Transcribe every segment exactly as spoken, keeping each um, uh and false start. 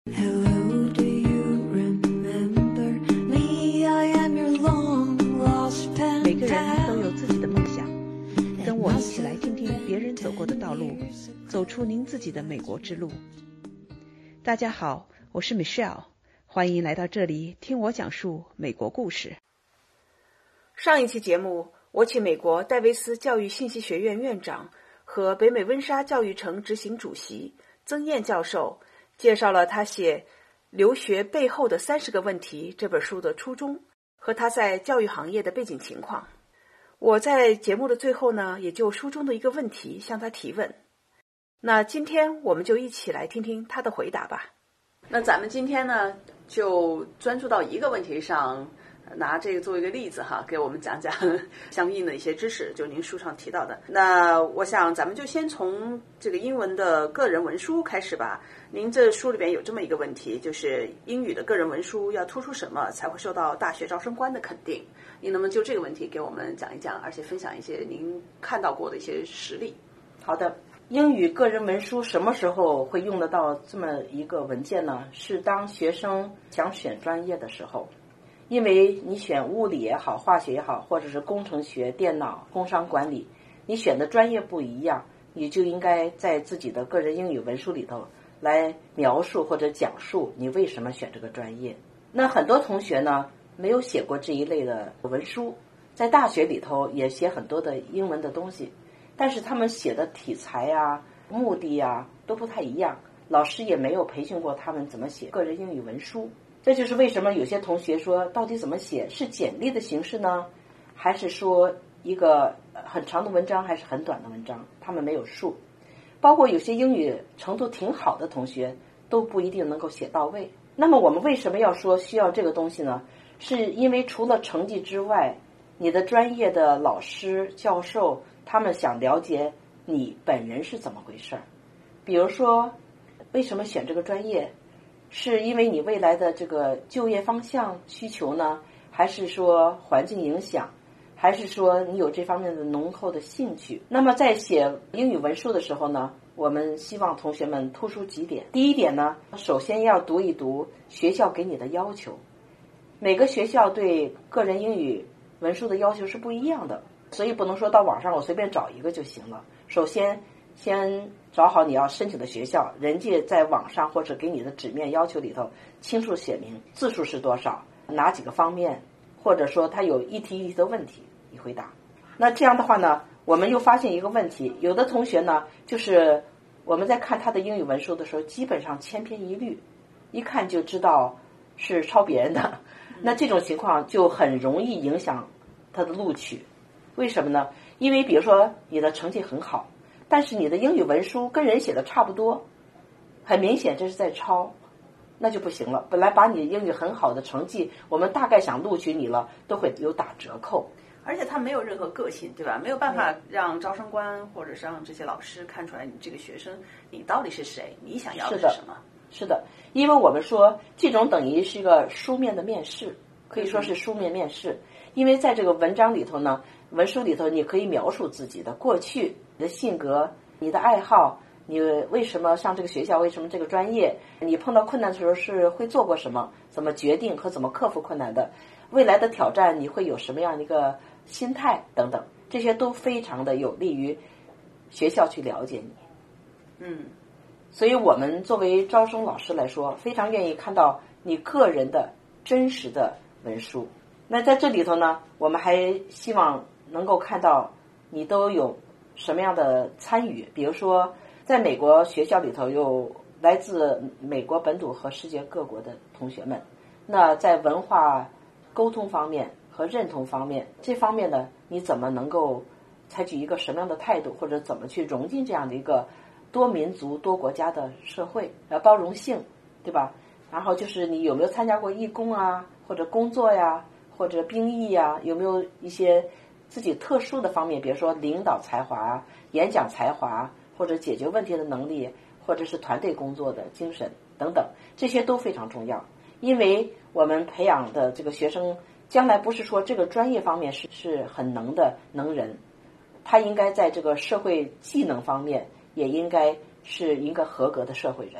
Hello, do you remember me? I am your long lost pen pal. 每个人都有自己的梦想，跟我一起来听听别人走过的道路，走出您自己的美国之路。大家好，我是 Michelle， 欢迎来到这里听我讲述美国故事。上一期节目，我请美国戴维斯教育信息学院院长和北美温莎教育城执行主席曾燕教授介绍了他写《留学背后的三十个问题》这本书的初衷和他在教育行业的背景情况。我在节目的最后呢，也就书中的一个问题向他提问。那今天我们就一起来听听他的回答吧。那咱们今天呢，就专注到一个问题上，拿这个作为一个例子哈，给我们讲讲相应的一些知识，就您书上提到的。那我想咱们就先从这个英文的个人文书开始吧。您这书里边有这么一个问题，就是英语的个人文书要突出什么才会受到大学招生官的肯定？您能不能就这个问题给我们讲一讲，而且分享一些您看到过的一些实例？ 好的，英语个人文书什么时候会用得到这么一个文件呢？是当学生想选专业的时候。因为你选物理也好，化学也好，或者是工程学、电脑、工商管理，你选的专业不一样，你就应该在自己的个人英语文书里头来描述或者讲述你为什么选这个专业。那很多同学呢，没有写过这一类的文书，在大学里头也写很多的英文的东西，但是他们写的题材啊、目的啊都不太一样，老师也没有培训过他们怎么写个人英语文书。这就是为什么有些同学说到底怎么写，是简历的形式呢，还是说一个很长的文章，还是很短的文章，他们没有数。包括有些英语程度挺好的同学都不一定能够写到位。那么我们为什么要说需要这个东西呢？是因为除了成绩之外，你的专业的老师教授他们想了解你本人是怎么回事。比如说为什么选这个专业，是因为你未来的这个就业方向需求呢，还是说环境影响，还是说你有这方面的浓厚的兴趣？那么在写英语文书的时候呢，我们希望同学们突出几点。第一点呢，首先要读一读学校给你的要求。每个学校对个人英语文书的要求是不一样的，所以不能说到网上我随便找一个就行了。首先先找好你要申请的学校，人家在网上或者给你的纸面要求里头清楚写明字数是多少，哪几个方面，或者说他有一题一题的问题你回答。那这样的话呢，我们又发现一个问题，有的同学呢，就是我们在看他的英语文书的时候基本上千篇一律，一看就知道是抄别人的，那这种情况就很容易影响他的录取。为什么呢？因为比如说你的成绩很好，但是你的英语文书跟人写的差不多，很明显这是在抄，那就不行了。本来把你英语很好的成绩，我们大概想录取你了，都会有打折扣。 而且他没有任何个性，对吧？没有办法让招生官或者是让这些老师看出来你这个学生你到底是谁，你想要的是什么。 是的，因为我们说这种等于是一个书面的面试，可以说是书面面试。因为在这个文章里头呢，文书里头你可以描述自己的过去，你的性格，你的爱好，你为什么上这个学校，为什么这个专业，你碰到困难的时候是会做过什么，怎么决定和怎么克服困难的，未来的挑战你会有什么样的一个心态等等，这些都非常的有利于学校去了解你。 嗯， 所以我们作为招生老师来说，非常愿意看到你个人的真实的文书。那在这里头呢，我们还希望能够看到你都有什么样的参与。比如说在美国学校里头有来自美国本土和世界各国的同学们，那在文化沟通方面和认同方面，这方面呢，你怎么能够采取一个什么样的态度，或者怎么去融进这样的一个多民族多国家的社会，呃，包容性，对吧？然后就是你有没有参加过义工啊，或者工作呀，或者兵役呀，有没有一些自己特殊的方面，比如说领导才华、演讲才华，或者解决问题的能力，或者是团队工作的精神等等，这些都非常重要。因为我们培养的这个学生将来不是说这个专业方面是是很能的能人，他应该在这个社会技能方面也应该是一个合格的社会人。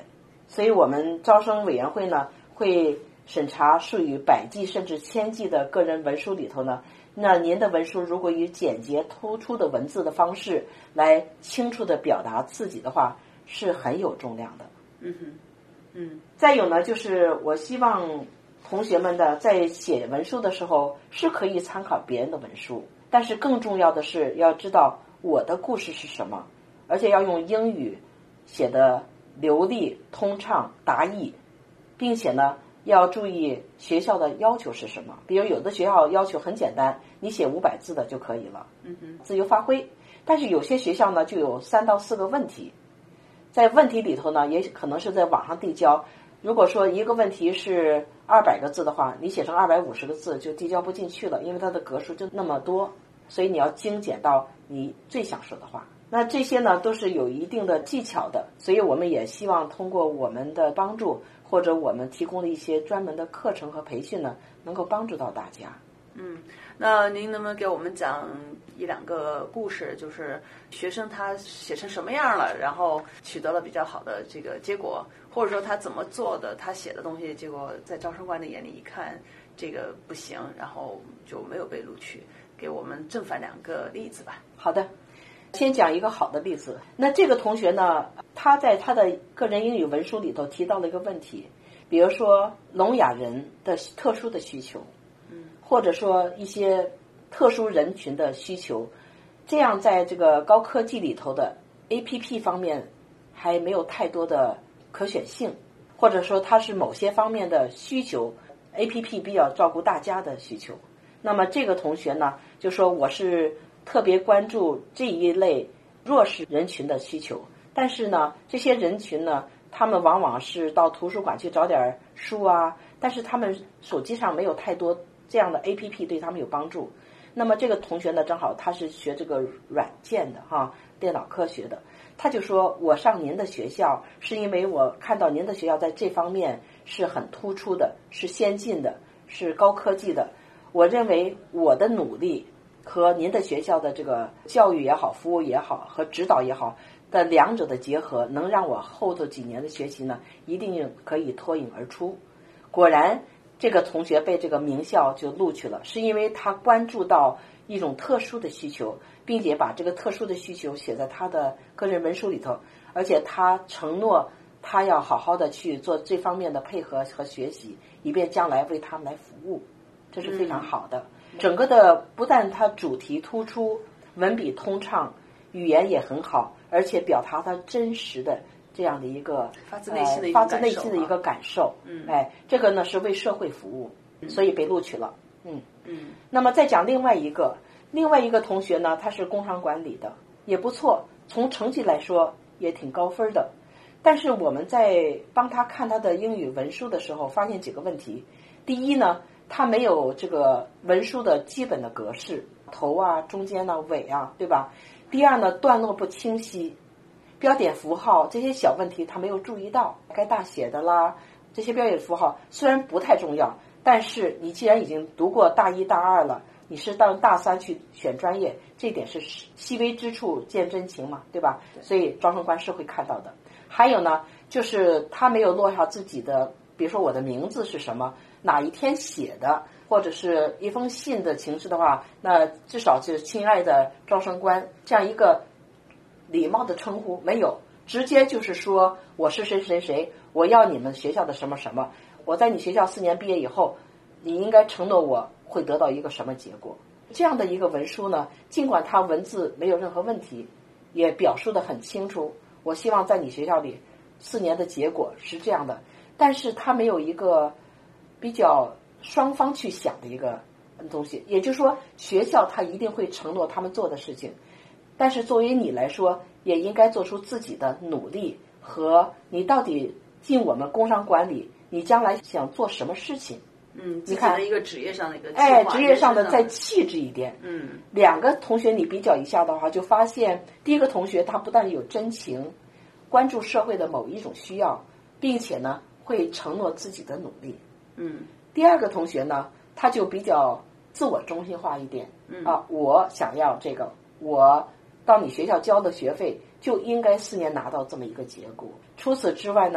所以我们招生委员会呢会审查数以百计甚至千计的个人文书里头呢，那您的文书如果以简洁突出的文字的方式来清楚的表达自己的话，是很有重量的。 嗯哼，嗯。 再有呢，就是我希望同学们的在写文书的时候是可以参考别人的文书，但是更重要的是要知道我的故事是什么，而且要用英语写的流利通畅达意，并且呢要注意学校的要求是什么。比如有的学校要求很简单，你写五百字的就可以了， 嗯哼， 自由发挥。但是有些学校呢就有三到四个问题，在问题里头呢也可能是在网上递交，如果说一个问题是二百个字的话，你写成二百五十个字就递交不进去了，因为它的格数就那么多，所以你要精简到你最想说的话。那这些呢都是有一定的技巧的，所以我们也希望通过我们的帮助，或者我们提供的一些专门的课程和培训呢，能够帮助到大家。 嗯，那您能不能给我们讲一两个故事，就是学生他写成什么样了，然后取得了比较好的这个结果，或者说他怎么做的，他写的东西结果在招生官的眼里一看这个不行，然后就没有被录取，给我们正反两个例子吧。 好的，先讲一个好的例子。那这个同学呢，他在他的个人英语文书里头提到了一个问题，比如说聋哑人的特殊的需求，或者说一些特殊人群的需求，这样在这个高科技里头的 A P P 方面还没有太多的可选性，或者说它是某些方面的需求 A P P 比较照顾大家的需求。那么这个同学呢就说我是特别关注这一类弱势人群的需求，但是呢这些人群呢他们往往是到图书馆去找点书啊，但是他们手机上没有太多这样的 A P P 对他们有帮助。那么这个同学呢正好他是学这个软件的哈，电脑科学的，他就说我上您的学校是因为我看到您的学校在这方面是很突出的，是先进的，是高科技的，我认为我的努力和您的学校的这个教育也好，服务也好，和指导也好的两者的结合，能让我后头几年的学习呢一定可以脱颖而出。果然这个同学被这个名校就录取了，是因为他关注到一种特殊的需求，并且把这个特殊的需求写在他的个人文书里头，而且他承诺他要好好的去做这方面的配合和学习，以便将来为他们来服务，这是非常好的。嗯、整个的不但他主题突出，文笔通畅，语言也很好，而且表达他真实的这样的一个发自内心的一个、呃、发自内心的一个感受。 嗯， 哎，这个呢是为社会服务，所以被录取了。嗯嗯。 那么再讲另外一个，另外一个同学呢，他是工商管理的，也不错，从成绩来说也挺高分的。但是我们在帮他看他的英语文书的时候，发现几个问题。第一呢，他没有这个文书的基本的格式，头啊、中间啊、尾啊，对吧？第二呢，段落不清晰，标点符号这些小问题他没有注意到，该大写的啦，这些标点符号虽然不太重要，但是你既然已经读过大一大二了，你是到大三去选专业，这点是细微之处见真情嘛，对吧？所以招生官是会看到的。还有呢，就是他没有落下自己的，比如说我的名字是什么，哪一天写的，或者是一封信的形式的话，那至少是亲爱的招生官这样一个礼貌的称呼没有，直接就是说我是谁谁谁，我要你们学校的什么什么，我在你学校四年毕业以后，你应该承诺我会得到一个什么结果。这样的一个文书呢，尽管它文字没有任何问题，也表述得很清楚，我希望在你学校里四年的结果是这样的，但是它没有一个比较双方去想的一个东西，也就是说学校它一定会承诺他们做的事情，但是作为你来说也应该做出自己的努力，和你到底进我们工商管理你将来想做什么事情。 嗯，你看一个职业上的一个哎，职业上的再气质一点。 嗯， 两个同学你比较一下的话，就发现第一个同学他不但有真情，关注社会的某一种需要，并且呢会承诺自己的努力。 嗯， 第二个同学呢，他就比较自我中心化一点。 嗯啊，我想要这个，我到你学校交的学费就应该四年拿到这么一个结果。除此之外呢，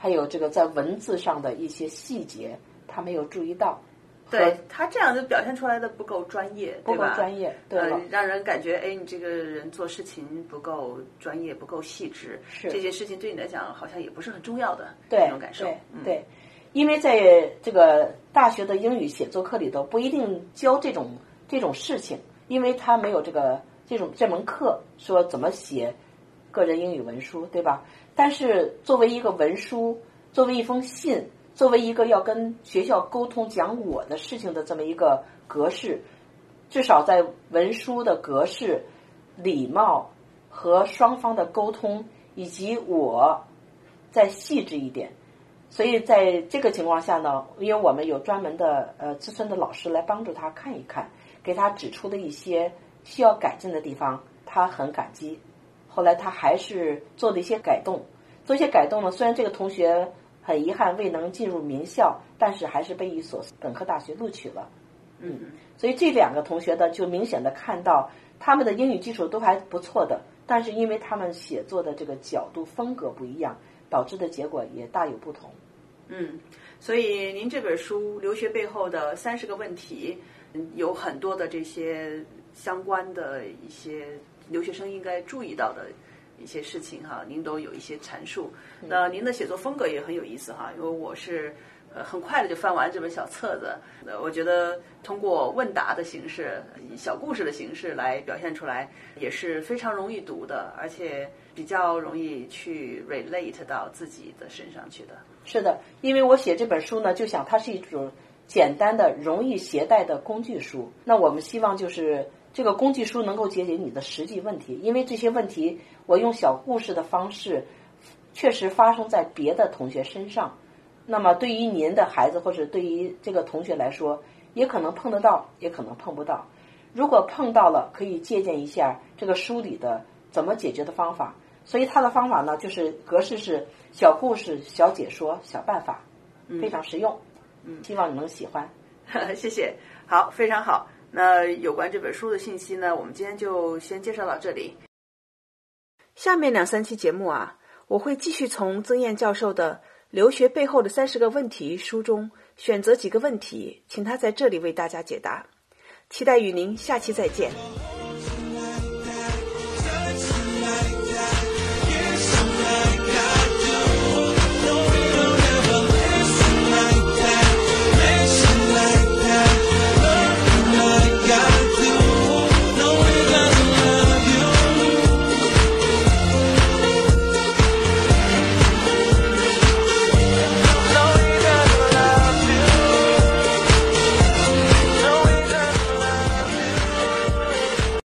还有这个在文字上的一些细节，他没有注意到。 对，他这样就表现出来的不够专业， 不够专业，对吧？ 呃，让人感觉哎，你这个人做事情不够专业，不够细致， 是这些事情对你来讲好像也不是很重要的对那种感受。 对、 嗯、 对，因为在这个大学的英语写作课里头，不一定教这种这种事情，因为他没有这个这种这门课说怎么写个人英语文书，对吧？但是作为一个文书，作为一封信，作为一个要跟学校沟通讲我的事情的这么一个格式，至少在文书的格式、礼貌和双方的沟通，以及我再细致一点。所以在这个情况下呢，因为我们有专门的呃资深的老师来帮助他看一看，给他指出的一些需要改进的地方，他很感激。后来他还是做了一些改动，做一些改动呢，虽然这个同学很遗憾未能进入名校，但是还是被一所本科大学录取了。嗯，所以这两个同学呢，就明显的看到他们的英语基础都还不错的，但是因为他们写作的这个角度风格不一样，导致的结果也大有不同。 嗯，所以您这本书《留学背后的三十个问题》有很多的这些相关的一些留学生应该注意到的一些事情哈，您都有一些阐述。那您的写作风格也很有意思哈，因为我是呃很快的就翻完这本小册子，呃，我觉得通过问答的形式、以小故事的形式来表现出来，也是非常容易读的，而且比较容易去 relate 到自己的身上去的。 是的，因为我写这本书呢，就想它是一种简单的、容易携带的工具书。那我们希望就是这个工具书能够解决你的实际问题，因为这些问题我用小故事的方式确实发生在别的同学身上。那么对于您的孩子或者对于这个同学来说，也可能碰得到，也可能碰不到。如果碰到了，可以借鉴一下这个书里的怎么解决的方法。所以它的方法呢，就是格式是小故事、小解说、小办法，非常实用。嗯，希望你能喜欢。 谢谢，好，非常好。那有关这本书的信息呢，我们今天就先介绍到这里。下面两三期节目啊，我会继续从曾燕教授的《留学背后的三十个问题》书中选择几个问题，请他在这里为大家解答。期待与您下期再见。